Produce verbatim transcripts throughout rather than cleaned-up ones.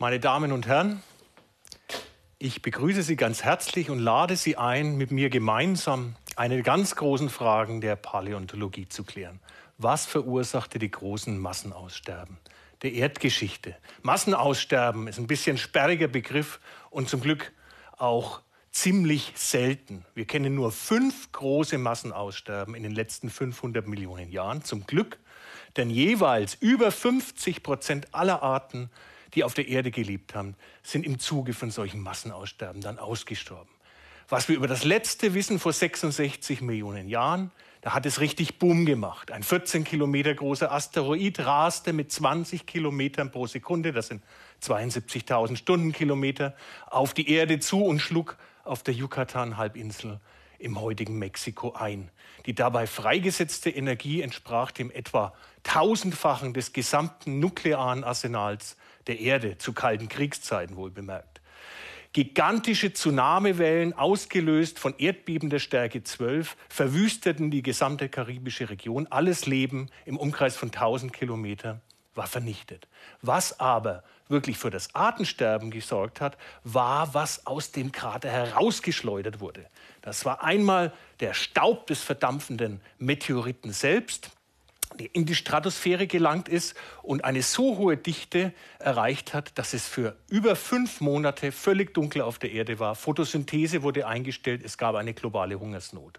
Meine Damen und Herren, ich begrüße Sie ganz herzlich und lade Sie ein, mit mir gemeinsam eine der ganz großen Fragen der Paläontologie zu klären. Was verursachte die großen Massenaussterben der Erdgeschichte? Massenaussterben ist ein bisschen sperriger Begriff und zum Glück auch ziemlich selten. Wir kennen nur fünf große Massenaussterben in den letzten fünfhundert Millionen Jahren, zum Glück, denn jeweils über fünfzig Prozent aller Arten, die auf der Erde gelebt haben, sind im Zuge von solchen Massenaussterben dann ausgestorben. Was wir über das letzte wissen, vor sechsundsechzig Millionen Jahren, da hat es richtig Boom gemacht. Ein vierzehn Kilometer großer Asteroid raste mit zwanzig Kilometern pro Sekunde, das sind zweiundsiebzigtausend Stundenkilometer, auf die Erde zu und schlug auf der Yucatan-Halbinsel im heutigen Mexiko ein. Die dabei freigesetzte Energie entsprach dem etwa tausendfachen des gesamten nuklearen Arsenals der Erde, zu kalten Kriegszeiten wohlbemerkt. Gigantische Tsunamiwellen, ausgelöst von Erdbeben der Stärke zwölf, verwüsteten die gesamte karibische Region. Alles Leben im Umkreis von tausend Kilometern war vernichtet. Was aber wirklich für das Artensterben gesorgt hat, war, was aus dem Krater herausgeschleudert wurde. Das war einmal der Staub des verdampfenden Meteoriten selbst, der in die Stratosphäre gelangt ist und eine so hohe Dichte erreicht hat, dass es für über fünf Monate völlig dunkel auf der Erde war. Photosynthese wurde eingestellt, es gab eine globale Hungersnot.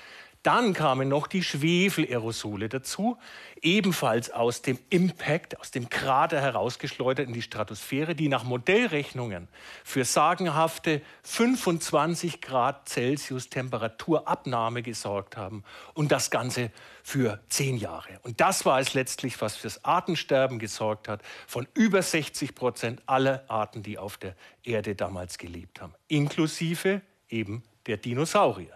Dann kamen noch die Schwefelaerosole dazu, ebenfalls aus dem Impact, aus dem Krater herausgeschleudert in die Stratosphäre, die nach Modellrechnungen für sagenhafte fünfundzwanzig Grad Celsius Temperaturabnahme gesorgt haben und das Ganze für zehn Jahre. Und das war es letztlich, was fürs Artensterben gesorgt hat von über sechzig Prozent aller Arten, die auf der Erde damals gelebt haben, inklusive eben der Dinosaurier.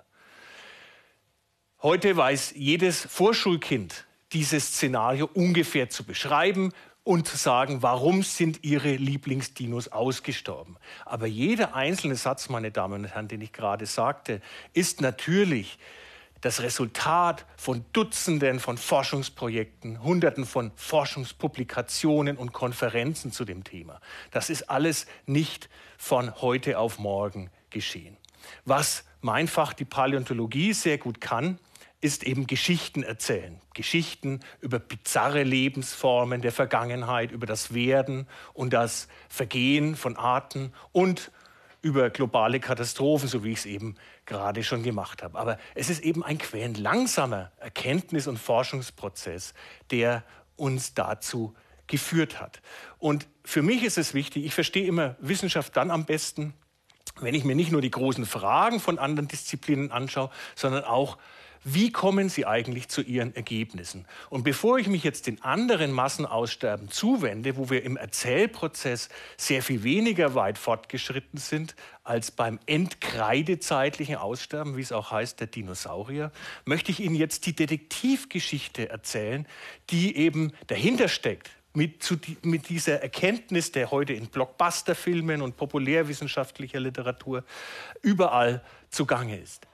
Heute weiß jedes Vorschulkind dieses Szenario ungefähr zu beschreiben und zu sagen, warum sind ihre Lieblingsdinos ausgestorben. Aber jeder einzelne Satz, meine Damen und Herren, den ich gerade sagte, ist natürlich das Resultat von Dutzenden von Forschungsprojekten, Hunderten von Forschungspublikationen und Konferenzen zu dem Thema. Das ist alles nicht von heute auf morgen geschehen. Was mein Fach, die Paläontologie, sehr gut kann, ist eben Geschichten erzählen. Geschichten über bizarre Lebensformen der Vergangenheit, über das Werden und das Vergehen von Arten und über globale Katastrophen, so wie ich es eben gerade schon gemacht habe. Aber es ist eben ein quälend langsamer Erkenntnis- und Forschungsprozess, der uns dazu geführt hat. Und für mich ist es wichtig, ich verstehe immer Wissenschaft dann am besten, wenn ich mir nicht nur die großen Fragen von anderen Disziplinen anschaue, sondern auch, wie kommen sie eigentlich zu ihren Ergebnissen? Und bevor ich mich jetzt den anderen Massenaussterben zuwende, wo wir im Erzählprozess sehr viel weniger weit fortgeschritten sind als beim entkreidezeitlichen Aussterben, wie es auch heißt, der Dinosaurier, möchte ich Ihnen jetzt die Detektivgeschichte erzählen, die eben dahinter steckt. Mit, zu, mit dieser Erkenntnis, der heute in Blockbusterfilmen und populärwissenschaftlicher Literatur überall zugange ist.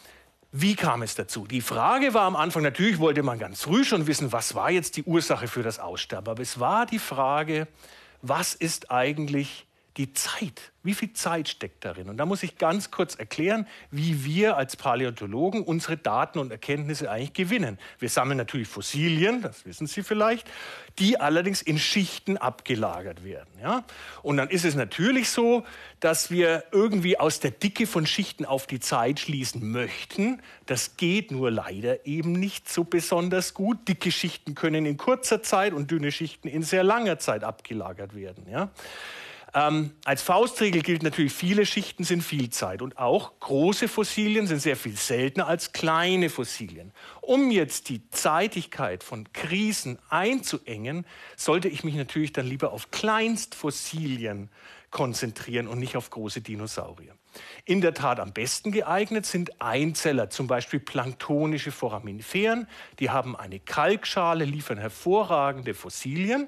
Wie kam es dazu? Die Frage war am Anfang, natürlich wollte man ganz früh schon wissen, was war jetzt die Ursache für das Aussterben. Aber es war die Frage, was ist eigentlich die Zeit? Wie viel Zeit steckt darin? Und da muss ich ganz kurz erklären, wie wir als Paläontologen unsere Daten und Erkenntnisse eigentlich gewinnen. Wir sammeln natürlich Fossilien, das wissen Sie vielleicht, die allerdings in Schichten abgelagert werden. Ja? Und dann ist es natürlich so, dass wir irgendwie aus der Dicke von Schichten auf die Zeit schließen möchten. Das geht nur leider eben nicht so besonders gut. Dicke Schichten können in kurzer Zeit und dünne Schichten in sehr langer Zeit abgelagert werden. Ja? Ähm, als Faustregel gilt natürlich, viele Schichten sind viel Zeit und auch große Fossilien sind sehr viel seltener als kleine Fossilien. Um jetzt die Zeitigkeit von Krisen einzuengen, sollte ich mich natürlich dann lieber auf Kleinstfossilien konzentrieren und nicht auf große Dinosaurier. In der Tat am besten geeignet sind Einzeller, zum Beispiel planktonische Foraminiferen. Die haben eine Kalkschale, liefern hervorragende Fossilien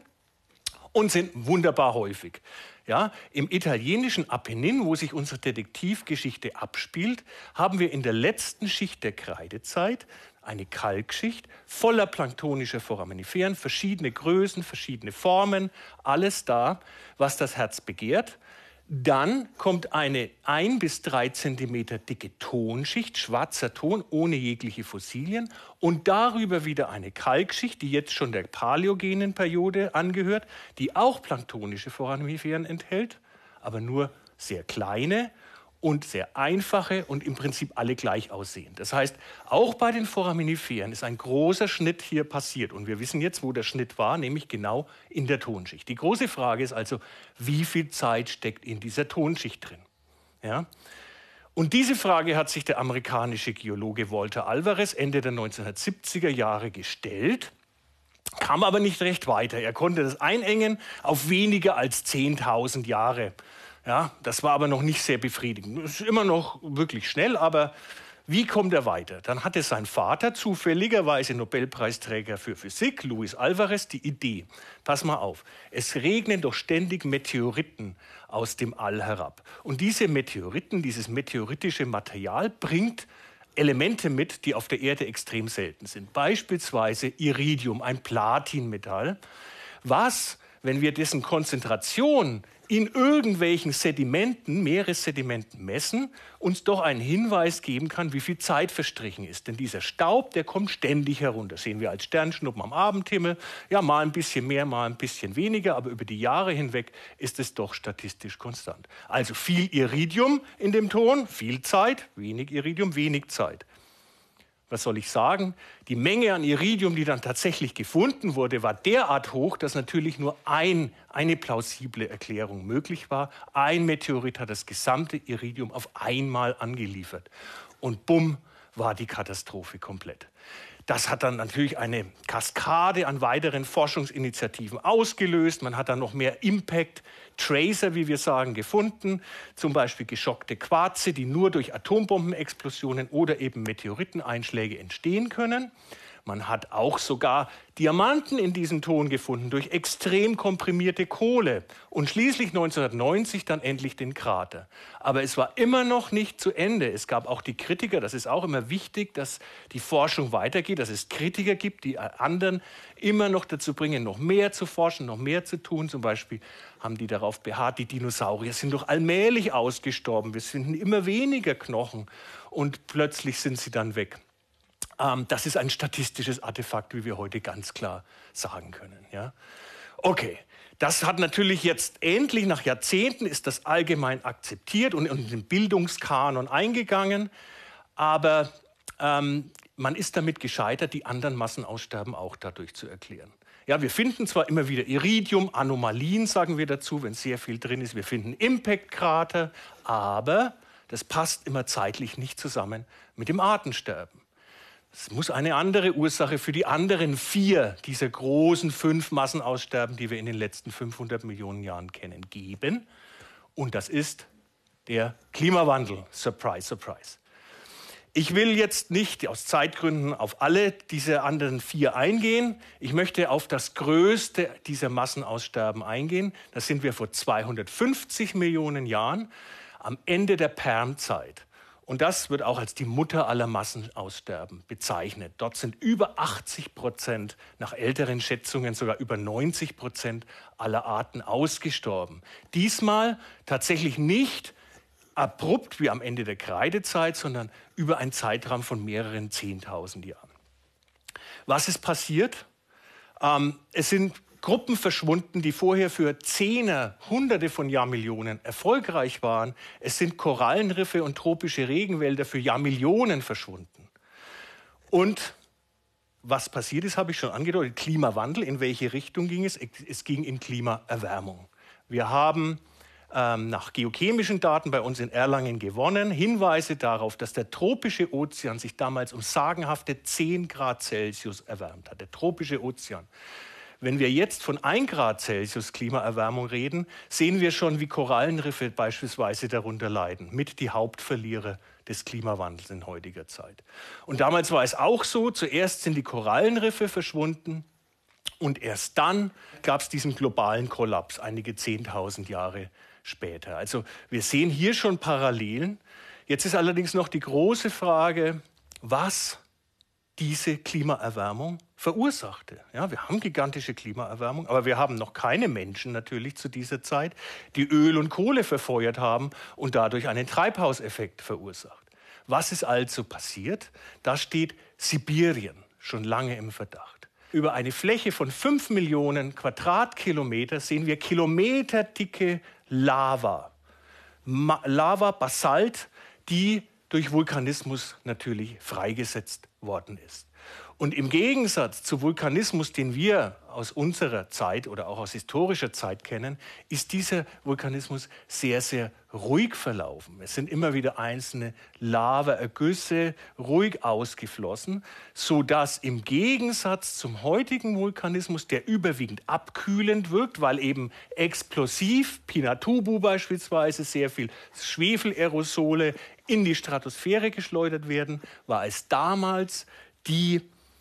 und sind wunderbar häufig. Ja, im italienischen Apennin, wo sich unsere Detektivgeschichte abspielt, haben wir in der letzten Schicht der Kreidezeit eine Kalkschicht voller planktonischer Foraminiferen, verschiedene Größen, verschiedene Formen, alles da, was das Herz begehrt. Dann kommt eine ein bis drei Zentimeter dicke Tonschicht, schwarzer Ton, ohne jegliche Fossilien. Und darüber wieder eine Kalkschicht, die jetzt schon der paläogenen Periode angehört, die auch planktonische Foraminiferen enthält, aber nur sehr kleine und sehr einfache und im Prinzip alle gleich aussehen. Das heißt, auch bei den Foraminiferen ist ein großer Schnitt hier passiert. Und wir wissen jetzt, wo der Schnitt war, nämlich genau in der Tonschicht. Die große Frage ist also, wie viel Zeit steckt in dieser Tonschicht drin? Ja? Und diese Frage hat sich der amerikanische Geologe Walter Alvarez Ende der neunzehnhundertsiebziger Jahre gestellt, kam aber nicht recht weiter. Er konnte das einengen auf weniger als zehntausend Jahre. Ja, das war aber noch nicht sehr befriedigend. Es ist immer noch wirklich schnell, aber wie kommt er weiter? Dann hatte sein Vater, zufälligerweise Nobelpreisträger für Physik, Luis Alvarez, die Idee. Pass mal auf, es regnen doch ständig Meteoriten aus dem All herab. Und diese Meteoriten, dieses meteoritische Material bringt Elemente mit, die auf der Erde extrem selten sind. Beispielsweise Iridium, ein Platinmetall, was, wenn wir dessen Konzentration in irgendwelchen Sedimenten, Meeressedimenten messen, uns doch einen Hinweis geben kann, wie viel Zeit verstrichen ist. Denn dieser Staub, der kommt ständig herunter. Sehen wir als Sternschnuppen am Abendhimmel. Ja, mal ein bisschen mehr, mal ein bisschen weniger, aber über die Jahre hinweg ist es doch statistisch konstant. Also viel Iridium in dem Ton, viel Zeit, wenig Iridium, wenig Zeit. Was soll ich sagen? Die Menge an Iridium, die dann tatsächlich gefunden wurde, war derart hoch, dass natürlich nur ein, eine plausible Erklärung möglich war. Ein Meteorit hat das gesamte Iridium auf einmal angeliefert. Und bumm, war die Katastrophe komplett. Das hat dann natürlich eine Kaskade an weiteren Forschungsinitiativen ausgelöst. Man hat dann noch mehr Impact Tracer, wie wir sagen, gefunden. Zum Beispiel geschockte Quarze, die nur durch Atombombenexplosionen oder eben Meteoriteneinschläge entstehen können. Man hat auch sogar Diamanten in diesem Ton gefunden durch extrem komprimierte Kohle und schließlich neunzehnhundertneunzig dann endlich den Krater. Aber es war immer noch nicht zu Ende. Es gab auch die Kritiker, das ist auch immer wichtig, dass die Forschung weitergeht, dass es Kritiker gibt, die anderen immer noch dazu bringen, noch mehr zu forschen, noch mehr zu tun. Zum Beispiel haben die darauf beharrt, die Dinosaurier sind doch allmählich ausgestorben. Wir finden immer weniger Knochen und plötzlich sind sie dann weg. Das ist ein statistisches Artefakt, wie wir heute ganz klar sagen können. Ja? Okay, das hat natürlich jetzt endlich, nach Jahrzehnten ist das allgemein akzeptiert und in den Bildungskanon eingegangen. Aber ähm, man ist damit gescheitert, die anderen Massenaussterben auch dadurch zu erklären. Ja, wir finden zwar immer wieder Iridium, Anomalien sagen wir dazu, wenn sehr viel drin ist. Wir finden Impact-Krater, aber das passt immer zeitlich nicht zusammen mit dem Artensterben. Es muss eine andere Ursache für die anderen vier dieser großen fünf Massenaussterben, die wir in den letzten fünfhundert Millionen Jahren kennen, geben. Und das ist der Klimawandel. Surprise, surprise. Ich will jetzt nicht aus Zeitgründen auf alle diese anderen vier eingehen. Ich möchte auf das größte dieser Massenaussterben eingehen. Das sind wir vor zweihundertfünfzig Millionen Jahren am Ende der Permzeit. Und das wird auch als die Mutter aller Massenaussterben bezeichnet. Dort sind über achtzig Prozent, nach älteren Schätzungen sogar über neunzig Prozent aller Arten ausgestorben. Diesmal tatsächlich nicht abrupt wie am Ende der Kreidezeit, sondern über einen Zeitraum von mehreren zehntausend Jahren. Was ist passiert? Ähm, es sind Gruppen verschwunden, die vorher für Zehner, Hunderte von Jahrmillionen erfolgreich waren. Es sind Korallenriffe und tropische Regenwälder für Jahrmillionen verschwunden. Und was passiert ist, habe ich schon angedeutet. Klimawandel, in welche Richtung ging es? Es ging in Klimaerwärmung. Wir haben ähm, nach geochemischen Daten bei uns in Erlangen gewonnen, Hinweise darauf, dass der tropische Ozean sich damals um sagenhafte zehn Grad Celsius erwärmt hat. Der tropische Ozean. Wenn wir jetzt von ein Grad Celsius Klimaerwärmung reden, sehen wir schon, wie Korallenriffe beispielsweise darunter leiden, mit die Hauptverlierer des Klimawandels in heutiger Zeit. Und damals war es auch so, zuerst sind die Korallenriffe verschwunden und erst dann gab es diesen globalen Kollaps, einige zehntausend Jahre später. Also wir sehen hier schon Parallelen. Jetzt ist allerdings noch die große Frage, was diese Klimaerwärmung verursachte. Ja, wir haben gigantische Klimaerwärmung, aber wir haben noch keine Menschen natürlich zu dieser Zeit, die Öl und Kohle verfeuert haben und dadurch einen Treibhauseffekt verursacht. Was ist also passiert? Da steht Sibirien schon lange im Verdacht. Über eine Fläche von fünf Millionen Quadratkilometer sehen wir kilometerdicke Lava. Ma- Lava, Basalt, die durch Vulkanismus natürlich freigesetzt worden ist. Und im Gegensatz zu Vulkanismus, den wir aus unserer Zeit oder auch aus historischer Zeit kennen, ist dieser Vulkanismus sehr, sehr ruhig verlaufen. Es sind immer wieder einzelne Lavaergüsse ruhig ausgeflossen, sodass im Gegensatz zum heutigen Vulkanismus, der überwiegend abkühlend wirkt, weil eben explosiv, Pinatubo beispielsweise, sehr viel Schwefelaerosole in die Stratosphäre geschleudert werden, war es damals die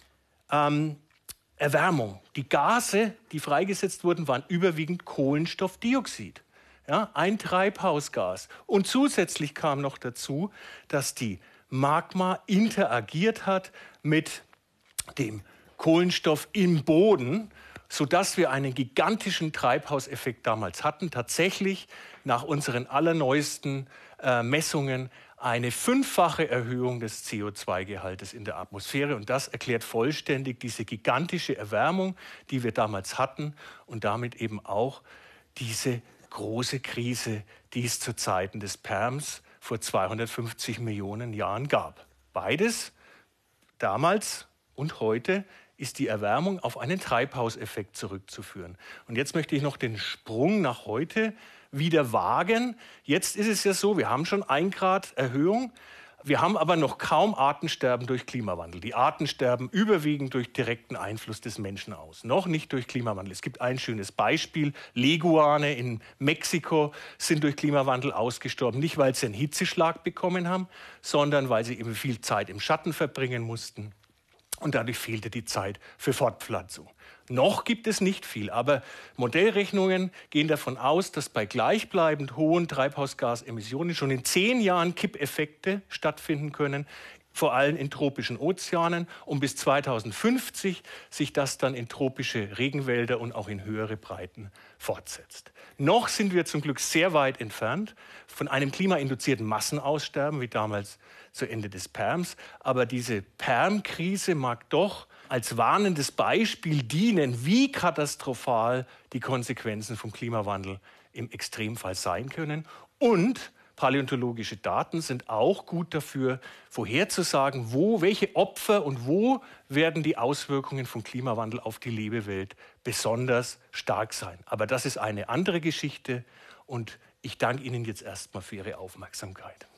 ähm, Erwärmung. Die Gase, die freigesetzt wurden, waren überwiegend Kohlenstoffdioxid. Ja, ein Treibhausgas. Und zusätzlich kam noch dazu, dass die Magma interagiert hat mit dem Kohlenstoff im Boden, sodass wir einen gigantischen Treibhauseffekt damals hatten. Tatsächlich nach unseren allerneuesten äh, Messungen eine fünffache Erhöhung des C O zwei Gehaltes in der Atmosphäre. Und das erklärt vollständig diese gigantische Erwärmung, die wir damals hatten und damit eben auch diese große Krise, die es zu Zeiten des Perms vor zweihundertfünfzig Millionen Jahren gab. Beides, damals und heute, ist die Erwärmung auf einen Treibhauseffekt zurückzuführen. Und jetzt möchte ich noch den Sprung nach heute wieder wagen. Jetzt ist es ja so, wir haben schon ein Grad Erhöhung, wir haben aber noch kaum Artensterben durch Klimawandel. Die Arten sterben überwiegend durch direkten Einfluss des Menschen aus, noch nicht durch Klimawandel. Es gibt ein schönes Beispiel, Leguane in Mexiko sind durch Klimawandel ausgestorben, nicht weil sie einen Hitzeschlag bekommen haben, sondern weil sie eben viel Zeit im Schatten verbringen mussten. Und dadurch fehlte die Zeit für Fortpflanzung. Noch gibt es nicht viel, aber Modellrechnungen gehen davon aus, dass bei gleichbleibend hohen Treibhausgasemissionen schon in zehn Jahren Kippeffekte stattfinden können, vor allem in tropischen Ozeanen, und bis zweitausendfünfzig sich das dann in tropische Regenwälder und auch in höhere Breiten fortsetzt. Noch sind wir zum Glück sehr weit entfernt von einem klimainduzierten Massenaussterben, wie damals zu Ende des Perms. Aber diese Perm-Krise mag doch als warnendes Beispiel dienen, wie katastrophal die Konsequenzen vom Klimawandel im Extremfall sein können. Und paläontologische Daten sind auch gut dafür, vorherzusagen, wo, welche Opfer und wo werden die Auswirkungen vom Klimawandel auf die Lebewelt besonders stark sein. Aber das ist eine andere Geschichte und ich danke Ihnen jetzt erstmal für Ihre Aufmerksamkeit.